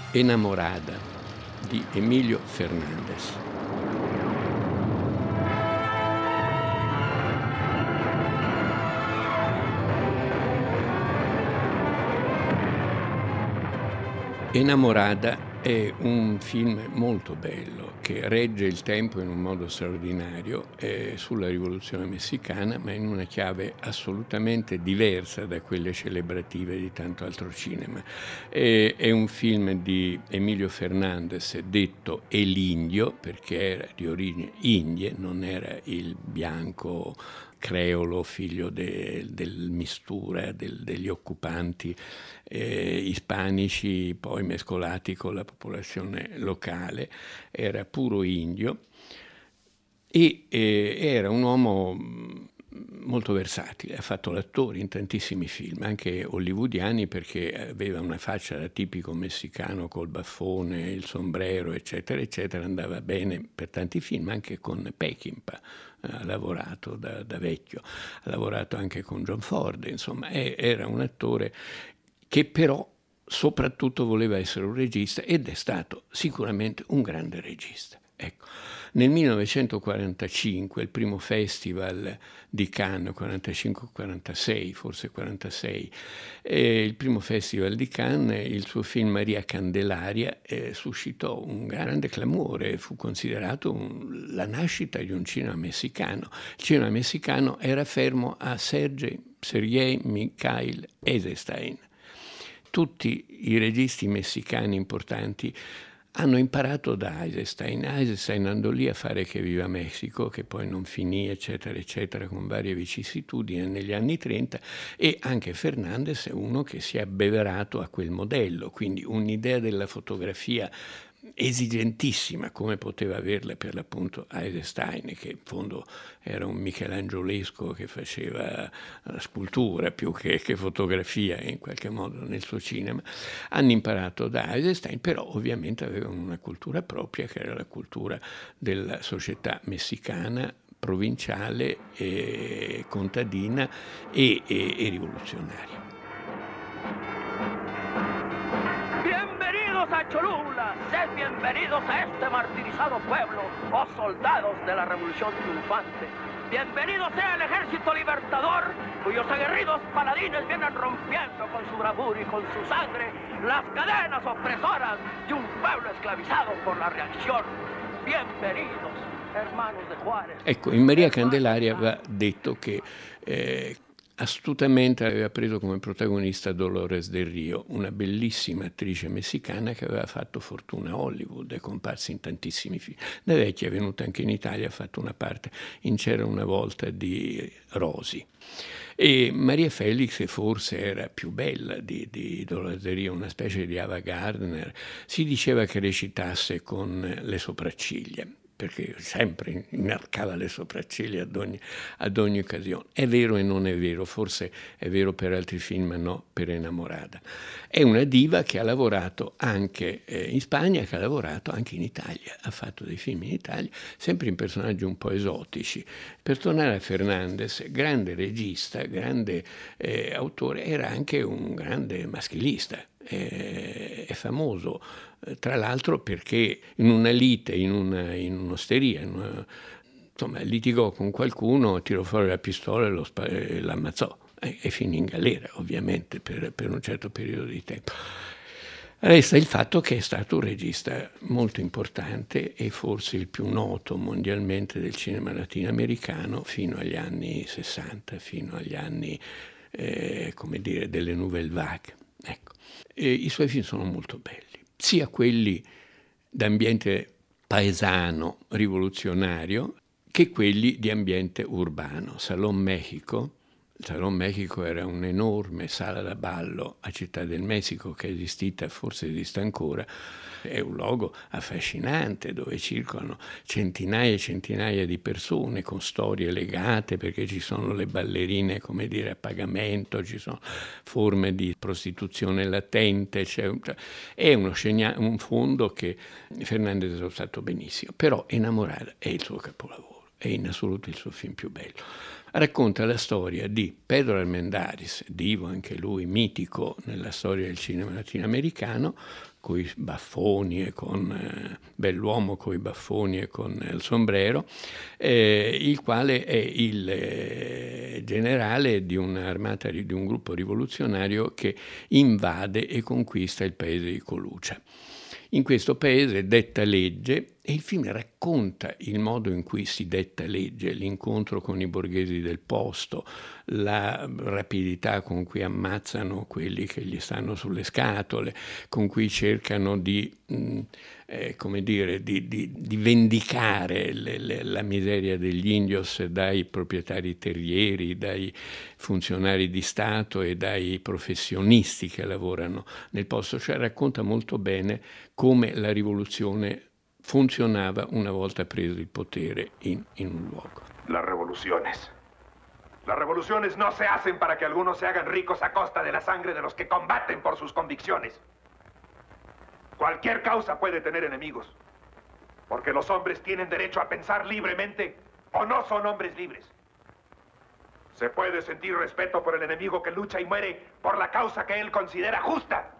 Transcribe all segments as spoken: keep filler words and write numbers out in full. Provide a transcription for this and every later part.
Enamorada di Emilio Fernández. Enamorada è un film molto bello che regge il tempo in un modo straordinario eh, sulla rivoluzione messicana, ma in una chiave assolutamente diversa da quelle celebrative di tanto altro cinema. Eh, è un film di Emilio Fernández, detto El Indio, perché era di origine indie, non era il bianco creolo, figlio de, del mistura del, degli occupanti eh, ispanici, poi mescolati con la popolazione locale, era puro indio e eh, era un uomo molto versatile, ha fatto l'attore in tantissimi film, anche hollywoodiani, perché aveva una faccia da tipico messicano col baffone, il sombrero, eccetera, eccetera, andava bene per tanti film, anche con Peckinpah ha lavorato da, da vecchio, ha lavorato anche con John Ford, insomma, è, era un attore che però soprattutto voleva essere un regista ed è stato sicuramente un grande regista. Ecco. Nel millenovecentoquarantacinque, il primo festival di Cannes, quarantacinque quarantasei, forse quarantasei, eh, il primo festival di Cannes, il suo film Maria Candelaria eh, suscitò un grande clamore, fu considerato un, la nascita di un cinema messicano. Il cinema messicano era fermo a Sergei, Sergei Mikhail Eisenstein. Tutti i registi messicani importanti hanno imparato da Eisenstein. Eisenstein andò lì a fare Che viva Messico, che poi non finì, eccetera, eccetera, con varie vicissitudini negli anni trenta, e anche Fernández è uno che si è abbeverato a quel modello, quindi un'idea della fotografia esigentissima, come poteva averla per l'appunto Eisenstein, che in fondo era un michelangiolesco che faceva la scultura più che, che fotografia in qualche modo nel suo cinema. Hanno imparato da Eisenstein, però ovviamente avevano una cultura propria, che era la cultura della società messicana, provinciale, e contadina e, e, e rivoluzionaria. A Cholula, sed bienvenidos a este martirizado pueblo, oh soldados de la revolución triunfante. Bienvenido sea el ejército libertador, cuyos aguerridos paladines vienen rompiendo con su bravura y con su sangre las cadenas opresoras de un pueblo esclavizado por la reacción. Bienvenidos, hermanos de Juárez. Ecco, in Maria Candelaria va detto che eh, astutamente aveva preso come protagonista Dolores del Rio, una bellissima attrice messicana che aveva fatto fortuna a Hollywood, è comparsa in tantissimi film. Da vecchia è venuta anche in Italia, ha fatto una parte in C'era una volta di Rosi. E Maria Felix forse era più bella di, di Dolores del Rio, una specie di Ava Gardner. Si diceva che recitasse con le sopracciglia, perché sempre inarcava le sopracciglia ad ogni, ad ogni occasione. È vero e non è vero, forse è vero per altri film, ma no per Enamorada. È una diva che ha lavorato anche eh, in Spagna, che ha lavorato anche in Italia, ha fatto dei film in Italia, sempre in personaggi un po' esotici. Per tornare a Fernández, grande regista, grande eh, autore, era anche un grande maschilista. Eh, è famoso tra l'altro perché in una lite, in, una, in un'osteria, in una, insomma, litigò con qualcuno, tirò fuori la pistola e, lo spa- e l'ammazzò e, e finì in galera, ovviamente, per, per un certo periodo di tempo. Resta il fatto che è stato un regista molto importante e forse il più noto mondialmente del cinema latinoamericano fino agli anni sessanta, fino agli anni, eh, come dire, delle Nouvelle Vague. Ecco. E i suoi film sono molto belli, sia quelli d'ambiente paesano, rivoluzionario, che quelli di ambiente urbano. Salón México. Salón México era un'enorme sala da ballo a Città del Messico che è esistita, forse esiste ancora. È un luogo affascinante dove circolano centinaia e centinaia di persone con storie legate, perché ci sono le ballerine, come dire, a pagamento, ci sono forme di prostituzione latente, c'è un, è uno scena, un fondo che Fernández ha usato benissimo. Però Enamorada è il suo capolavoro, è in assoluto il suo film più bello. racconta la storia di Pedro Armendáriz, divo anche lui, mitico nella storia del cinema latinoamericano, coi baffoni e con eh, bell'uomo coi baffoni e con il sombrero, eh, il quale è il eh, generale di un'armata, di un gruppo rivoluzionario che invade e conquista il paese di Colucha. In questo paese detta legge, e il film racconta il modo in cui si detta legge, l'incontro con i borghesi del posto, la rapidità con cui ammazzano quelli che gli stanno sulle scatole, con cui cercano di, mh, eh, come dire, di, di, di vendicare le, le, la miseria degli indios dai proprietari terrieri, dai funzionari di Stato e dai professionisti che lavorano nel posto. Cioè racconta molto bene come la rivoluzione funcionaba una volta preso el potere en, en un luogo. Las revoluciones. Las revoluciones no se hacen para que algunos se hagan ricos a costa de la sangre de los que combaten por sus convicciones. Cualquier causa puede tener enemigos, porque los hombres tienen derecho a pensar libremente o no son hombres libres. Se puede sentir respeto por el enemigo que lucha y muere por la causa que él considera justa.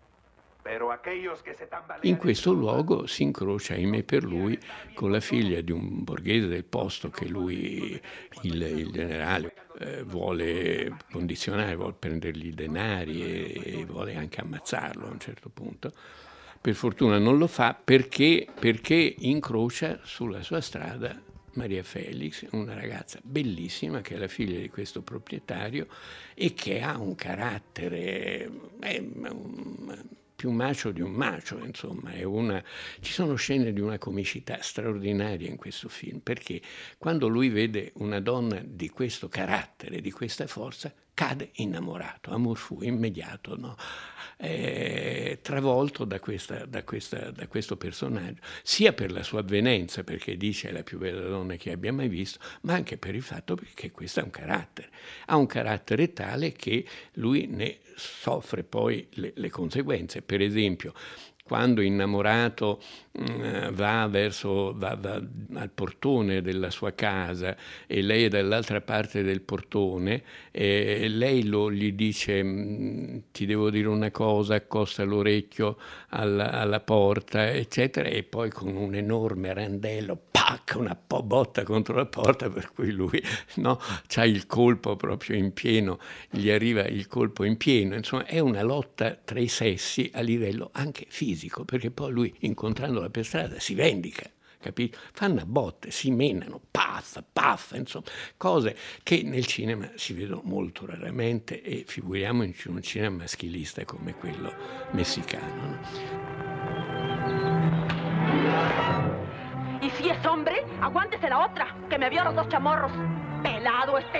In questo luogo si incrocia, ahimè per lui, con la figlia di un borghese del posto che lui, il, il generale, eh, vuole condizionare, vuole prendergli i denari e, e vuole anche ammazzarlo a un certo punto. Per fortuna non lo fa perché, perché incrocia sulla sua strada Maria Felix, una ragazza bellissima che è la figlia di questo proprietario e che ha un carattere... Eh, un, più macio di un macio, insomma, è una... ci sono scene di una comicità straordinaria in questo film, perché quando lui vede una donna di questo carattere, di questa forza, cade innamorato, amor fu immediato, no? È travolto da, questa, da, questa, da questo personaggio, sia per la sua avvenenza, perché dice è la più bella donna che abbia mai visto, ma anche per il fatto che questo ha un carattere, ha un carattere tale che lui ne soffre poi le, le conseguenze. Per esempio, quando innamorato mh, va verso va, va al portone della sua casa e lei è dall'altra parte del portone, e lei lo, gli dice ti devo dire una cosa, accosta l'orecchio alla, alla porta, eccetera, e poi con un enorme randello pac, una po' botta contro la porta, per cui lui no, c'ha il colpo proprio in pieno, gli arriva il colpo in pieno. Insomma, è una lotta tra i sessi a livello anche fisico, perché poi lui, incontrandola per strada, si vendica, capito? Fanno a botte, si menano, paffa, paffa, insomma, cose che nel cinema si vedono molto raramente, e figuriamoci in un cinema maschilista come quello messicano, no? Y si es hombre, aguántese la otra, que me vio los dos chamorros. Pelado este.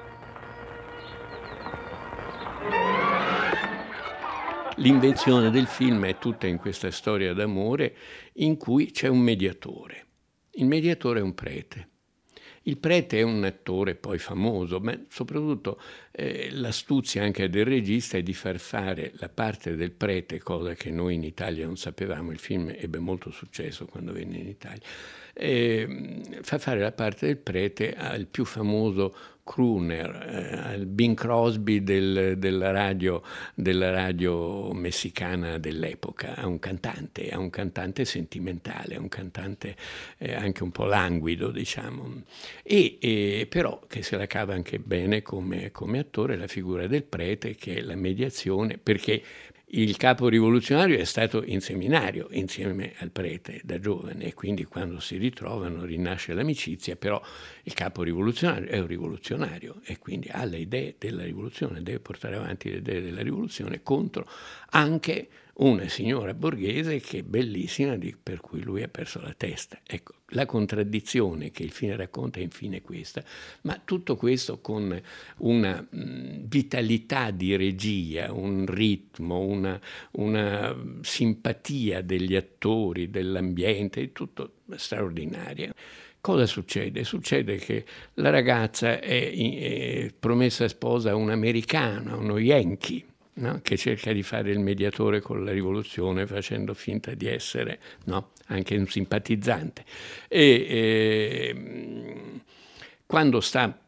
L'invenzione del film è tutta in questa storia d'amore in cui c'è un mediatore. Il mediatore è un prete. Il prete è un attore poi famoso, ma soprattutto eh, l'astuzia anche del regista è di far fare la parte del prete, cosa che noi in Italia non sapevamo. Il film ebbe molto successo quando venne in Italia. Eh, fa fare la parte del prete al più famoso crooner, eh, Bing Crosby del, della, radio, della radio messicana dell'epoca, a un cantante, a un cantante sentimentale, a un cantante eh, anche un po' languido, diciamo, e, e però che se la cava anche bene come, come attore, la figura del prete, che è la mediazione, perché il capo rivoluzionario è stato in seminario insieme al prete da giovane, e quindi quando si ritrovano rinasce l'amicizia, però il capo rivoluzionario è un rivoluzionario e quindi ha le idee della rivoluzione, deve portare avanti le idee della rivoluzione contro anche una signora borghese che è bellissima, di, per cui lui ha perso la testa. Ecco, la contraddizione che il film racconta è infine questa, ma tutto questo con una mh, vitalità di regia, un ritmo, una, una simpatia degli attori, dell'ambiente, tutto straordinario. Cosa succede? Succede che la ragazza è, è promessa sposa a un americano, a uno yankee, no? Che cerca di fare il mediatore con la rivoluzione facendo finta di essere, no? Anche un simpatizzante. E eh, quando sta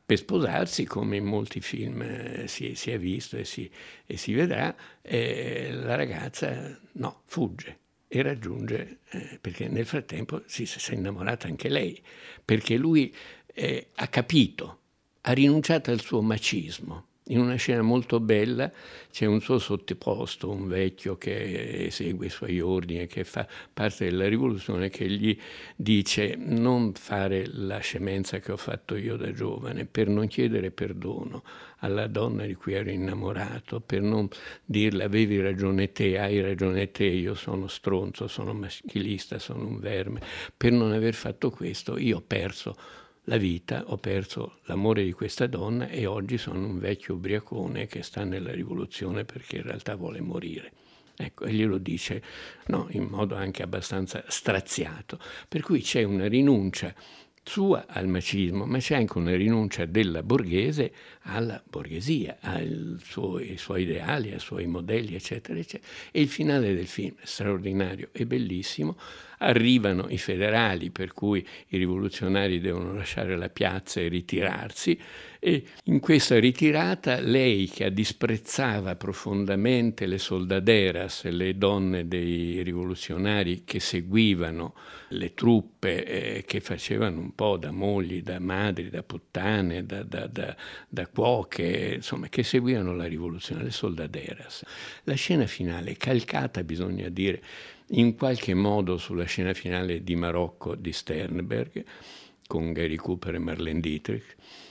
per sposarsi, come in molti film eh, si, si è visto e si, e si vedrà, eh, la ragazza no, fugge e raggiunge, eh, perché nel frattempo si, si è innamorata anche lei, perché lui eh, ha capito, ha rinunciato al suo macismo. In una scena molto bella c'è un suo sottoposto, un vecchio che esegue i suoi ordini e che fa parte della rivoluzione, che gli dice: non fare la scemenza che ho fatto io da giovane, per non chiedere perdono alla donna di cui ero innamorato, per non dirle avevi ragione te, hai ragione te, io sono stronzo, sono maschilista, sono un verme. Per non aver fatto questo io ho perso la vita, ho perso l'amore di questa donna e oggi sono un vecchio ubriacone che sta nella rivoluzione perché in realtà vuole morire. Ecco, e glielo dice no, in modo anche abbastanza straziato. Per cui c'è una rinuncia sua al macismo, ma c'è anche una rinuncia della borghese alla borghesia, ai suoi, ai suoi ideali, ai suoi modelli, eccetera, eccetera. E il finale del film è straordinario e bellissimo. Arrivano i federali, per cui i rivoluzionari devono lasciare la piazza e ritirarsi, e in questa ritirata lei, che disprezzava profondamente le soldaderas, le donne dei rivoluzionari che seguivano le truppe, eh, che facevano un po' da mogli, da madri, da puttane, da, da, da, da cuoche, insomma, che seguivano la rivoluzione, le soldaderas. La scena finale è calcata, bisogna dire, in qualche modo sulla scena finale di Marocco di Sternberg, con Gary Cooper e Marlene Dietrich.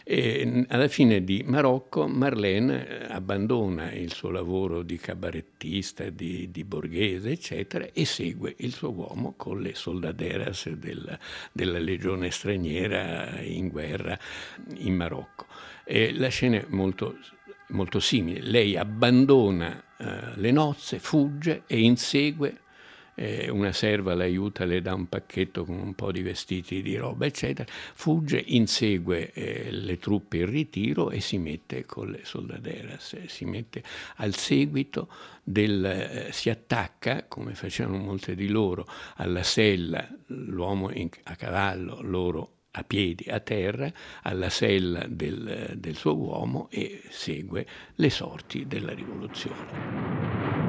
E alla fine di Marocco Marlene abbandona il suo lavoro di cabarettista, di, di borghese, eccetera, e segue il suo uomo con le soldaderas della, della legione straniera in guerra in Marocco. E la scena è molto, molto simile. Lei abbandona uh, le nozze, fugge e insegue. Eh, una serva l'aiuta, le dà un pacchetto con un po' di vestiti, di roba, eccetera, fugge, insegue eh, le truppe in ritiro e si mette con le soldaderas, eh, si mette al seguito del, eh, si attacca, come facevano molte di loro, alla sella, l'uomo in, a cavallo, loro a piedi, a terra, alla sella del, del suo uomo, e segue le sorti della rivoluzione.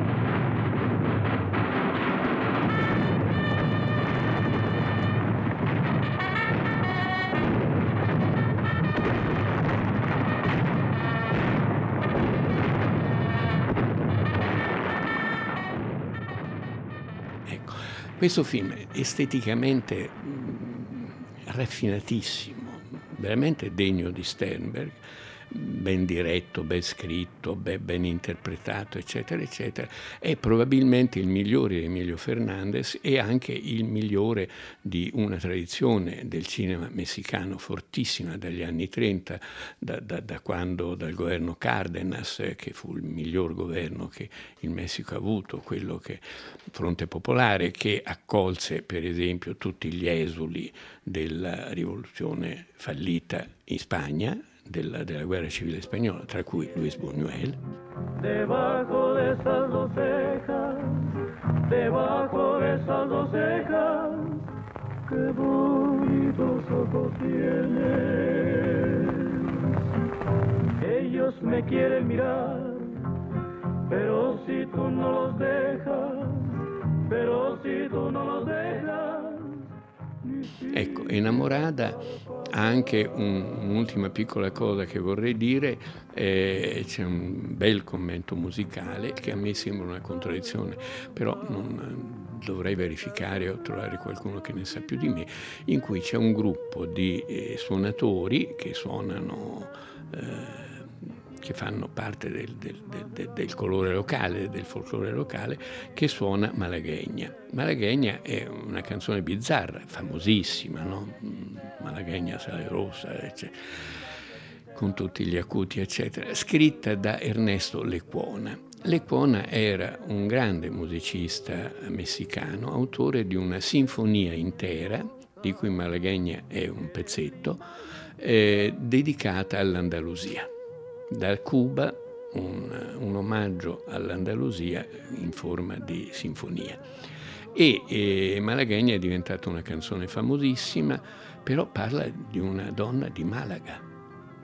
Questo film è esteticamente mh, raffinatissimo, veramente degno di Sternberg, ben diretto, ben scritto, ben, ben interpretato, eccetera, eccetera. È probabilmente il migliore di Emilio Fernandez e anche il migliore di una tradizione del cinema messicano fortissima dagli anni trenta, da, da, da quando, dal governo Cárdenas, che fu il miglior governo che il Messico ha avuto, quello che Fronte Popolare, che accolse per esempio tutti gli esuli della rivoluzione fallita in Spagna, Della, della guerra civile spagnola, tra cui Luis Buñuel. Debajo de esas dos cejas, debajo de esas dos cejas, qué bonitos ojos tienes. Ellos me quieren mirar, pero si tú no los dejas, pero si tú no los dejas. Ecco, Enamorada ha anche un, un'ultima piccola cosa che vorrei dire, eh, c'è un bel commento musicale che a me sembra una contraddizione, però non dovrei verificare o trovare qualcuno che ne sa più di me, in cui c'è un gruppo di eh, suonatori che suonano eh, che fanno parte del, del, del, del colore locale, del folklore locale, che suona Malagueña. Malagueña è una canzone bizzarra, famosissima, no? Malagueña salerosa, eccetera, con tutti gli acuti, eccetera, scritta da Ernesto Lecuona. Lecuona era un grande musicista messicano, autore di una sinfonia intera, di cui Malagueña è un pezzetto, eh, dedicata all'Andalusia. Da Cuba un, un omaggio all'Andalusia in forma di sinfonia. E, e Malagueña è diventata una canzone famosissima, però parla di una donna di Malaga,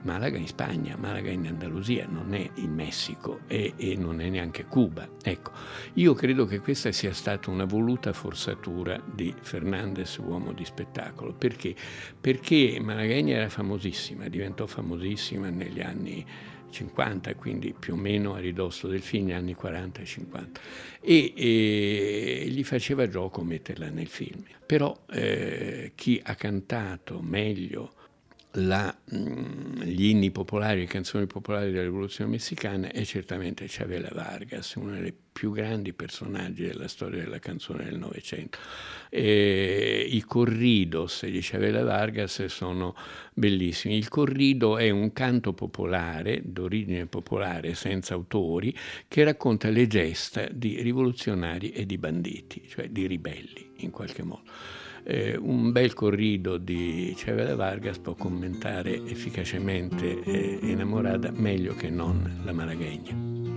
Malaga in Spagna, Malaga in Andalusia, non è in Messico e, e non è neanche Cuba. Ecco, io credo che questa sia stata una voluta forzatura di Fernández, uomo di spettacolo. Perché? Perché Malagueña era famosissima, diventò famosissima negli anni cinquanta, quindi più o meno a ridosso del film, negli anni quaranta e cinquanta, e, e gli faceva gioco metterla nel film. Però eh, chi ha cantato meglio La, gli inni popolari, le canzoni popolari della rivoluzione messicana è certamente Chavela Vargas, uno dei più grandi personaggi della storia della canzone del Novecento. E i corridos di Chavela Vargas sono bellissimi. Il corrido è un canto popolare, d'origine popolare, senza autori, che racconta le gesta di rivoluzionari e di banditi, cioè di ribelli in qualche modo. Eh, un bel corrido di Chavela Vargas può commentare efficacemente eh, Enamorada meglio che non la Malagueña.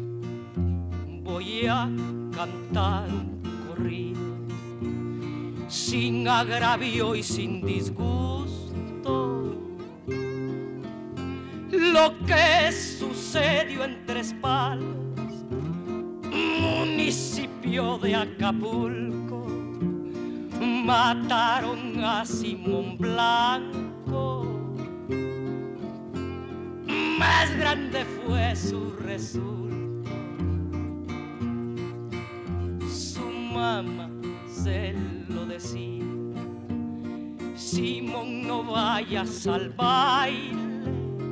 Voy a cantar un corrido sin agravio y sin disgusto, lo que sucedió en Tres Palos, municipio de Acapulco. Mataron a Simón Blanco, más grande fue su resultado. Su mamá se lo decía: Simón, no vayas al baile.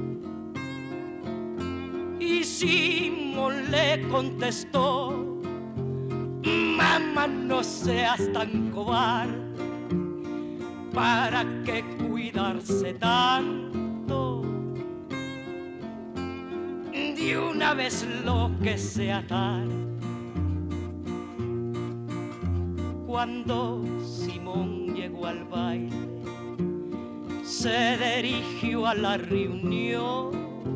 Y Simón le contestó: mamá, no seas tan cobarde, ¿para qué cuidarse tanto? De una vez lo que sea tarde. Cuando Simón llegó al baile, se dirigió a la reunión.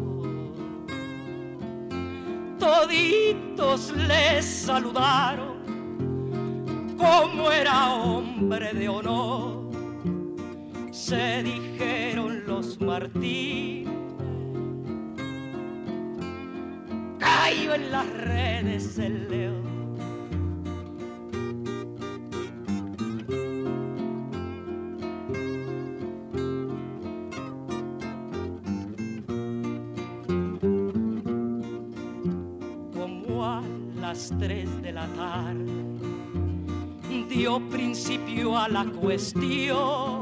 Toditos le saludaron como era hombre de honor. Se dijeron los Martínez, cayó en las redes el león. Como a las tres de la tarde dio principio a la cuestión,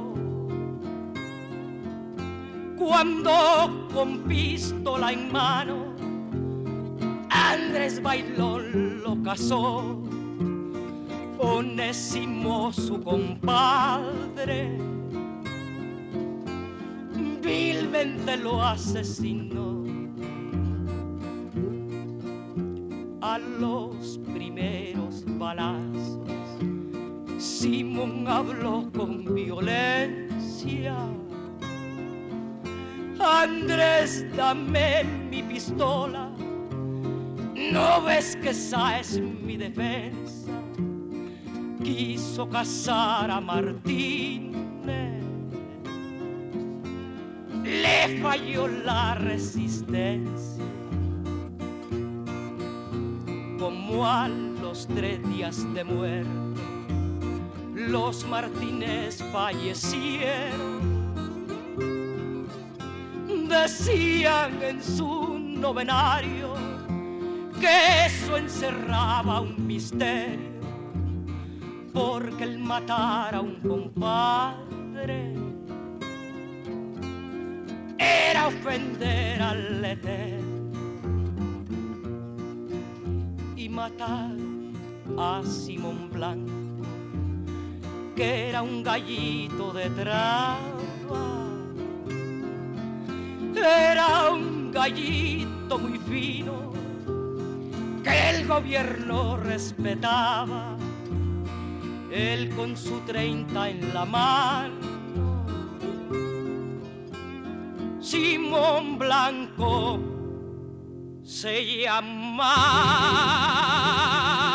cuando con pistola en mano Andrés Bailón lo casó. Onésimo, su compadre, vilmente lo asesinó. A los primeros balazos Simón habló con violencia: Andrés, dame mi pistola, ¿no ves que esa es mi defensa? Quiso cazar a Martínez, le falló la resistencia. Como a los tres días de muerte los Martínez fallecieron, decían en su novenario que eso encerraba un misterio, porque el matar a un compadre era ofender al Eterno. Y matar a Simón Blanco, que era un gallito de traba, era un gallito muy fino que el gobierno respetaba. Él con su treinta en la mano, Simón Blanco se llama.